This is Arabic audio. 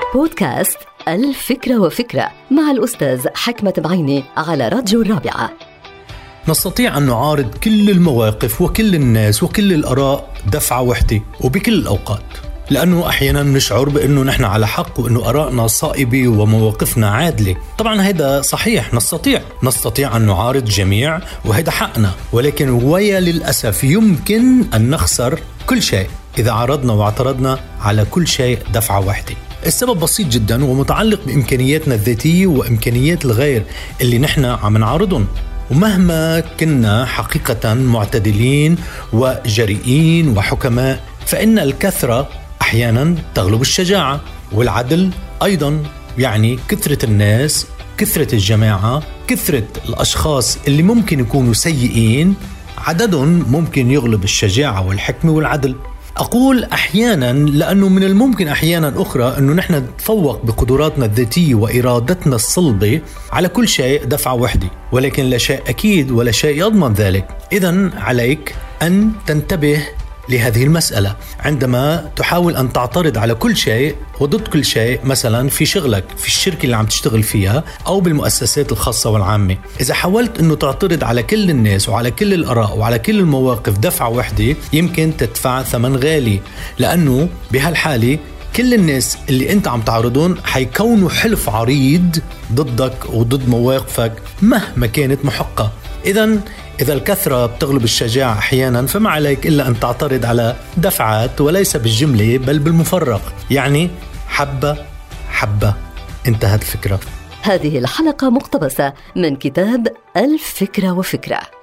بودكاست الفكرة وفكرة مع الأستاذ حكمة بعيني على راديو الرابعة. نستطيع أن نعارض كل المواقف وكل الناس وكل الآراء دفعة وحدة وبكل الأوقات، لأنه أحيانا نشعر بأنه نحن على حق وأنه آرائنا صائبة ومواقفنا عادلة. طبعا هذا صحيح، نستطيع أن نعارض جميع وهذا حقنا، ولكن ويا للأسف يمكن أن نخسر كل شيء إذا عارضنا واعترضنا على كل شيء دفعة واحدة. السبب بسيط جدا ومتعلق بإمكانياتنا الذاتية وإمكانيات الغير اللي نحن عم نعارضهم. ومهما كنا حقيقة معتدلين وجريئين وحكماء، فإن الكثرة أحيانا تغلب الشجاعة، والعدل أيضا. يعني كثرة الناس، كثرة الجماعة، كثرة الأشخاص اللي ممكن يكونوا سيئين، عددهم ممكن يغلب الشجاعة والحكمة والعدل. أقول أحيانا لأنه من الممكن أحيانا أخرى أنه نحن نتفوق بقدراتنا الذاتية وإرادتنا الصلبة على كل شيء دفعة واحدة، ولكن لا شيء أكيد ولا شيء يضمن ذلك. إذن عليك أن تنتبه لهذه المسألة عندما تحاول أن تعترض على كل شيء وضد كل شيء، مثلا في شغلك، في الشركة اللي عم تشتغل فيها، أو بالمؤسسات الخاصة والعامة. إذا حاولت أنه تعترض على كل الناس وعلى كل الآراء وعلى كل المواقف دفعة واحدة، يمكن تدفع ثمن غالي، لأنه بهالحالة كل الناس اللي أنت عم تعرضون حيكونوا حلف عريض ضدك وضد مواقفك مهما كانت محقة. إذا الكثرة بتغلب الشجاعة أحيانا، فما عليك إلا أن تعترض على دفعات، وليس بالجملة بل بالمفرق، يعني حبة حبة. انتهت الفكرة. هذه الحلقة مقتبسة من كتاب الفكرة وفكرة.